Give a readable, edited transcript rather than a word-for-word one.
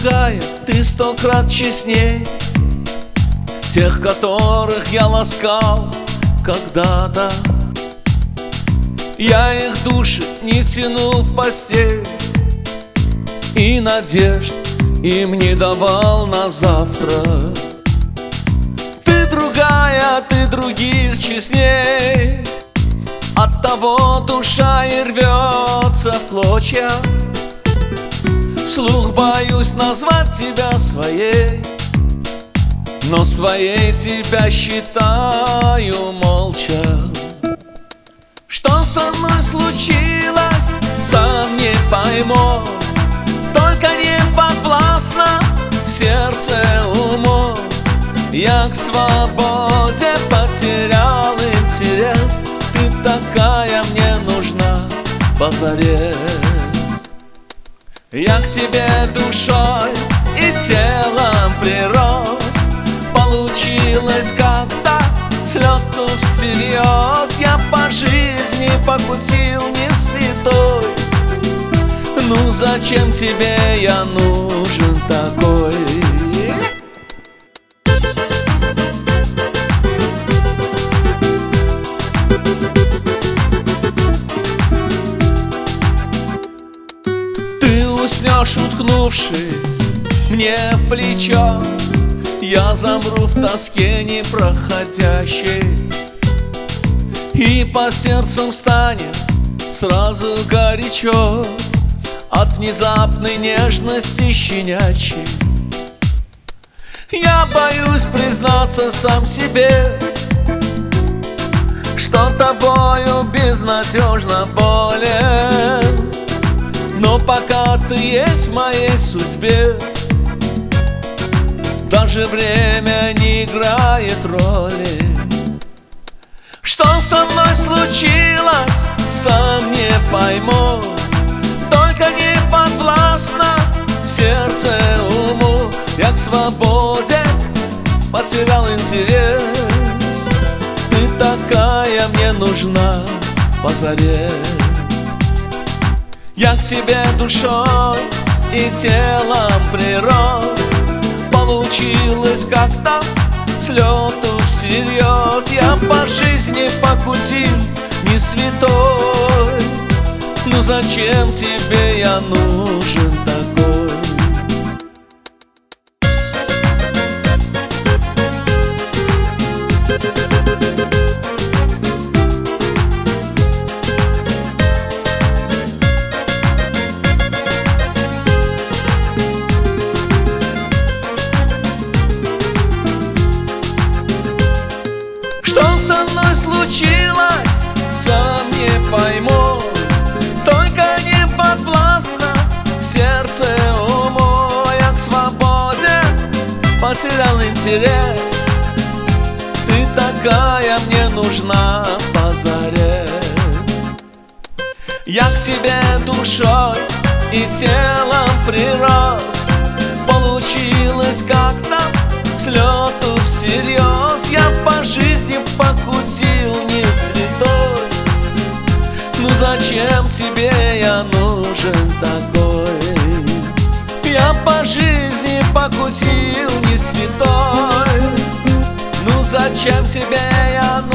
другая, ты 100 крат честней тех, которых я ласкал когда-то. Я их души не тянул в постель, и надежд им не давал на завтра. Ты другая, ты других честней, оттого душа и рвется в клочья. Вслух боюсь назвать тебя своей, но своей тебя считаю молча. Что со мной случилось, сам не пойму, только не подвластно сердце уму. Я к свободе потерял интерес, ты такая мне нужна позарез. Я к тебе душой и телом прирос, получилось как-то с лету всерьез. Я по жизни покутил не святой, ну зачем тебе я нужен такой? Ты уснешь, уткнувшись мне в плечо, я замру в тоске непроходящей, и по сердцам станет сразу горячо от внезапной нежности щенячьей. Я боюсь признаться сам себе, что тобою безнадежно болен, но пока ты есть в моей судьбе, даже время не играет роли. Что со мной случилось, сам не пойму, только не подвластно сердце уму. Я к свободе потерял интерес, ты такая мне нужна позарез. Я к тебе душой и телом прирос, получилось как-то с лету всерьез. Я по жизни покутил не святой, ну зачем тебе я нужен такой? Что со мной случилось, сам не пойму, только не подвластно сердце уму. Я к свободе потерял интерес, ты такая мне нужна позарез. Я к тебе душой и телом прирос, получилось как-то с лету всерьез. Я по жизни покутил не святой, ну зачем тебе я нужен такой? Я по жизни покутил не святой, ну зачем тебе я нужен?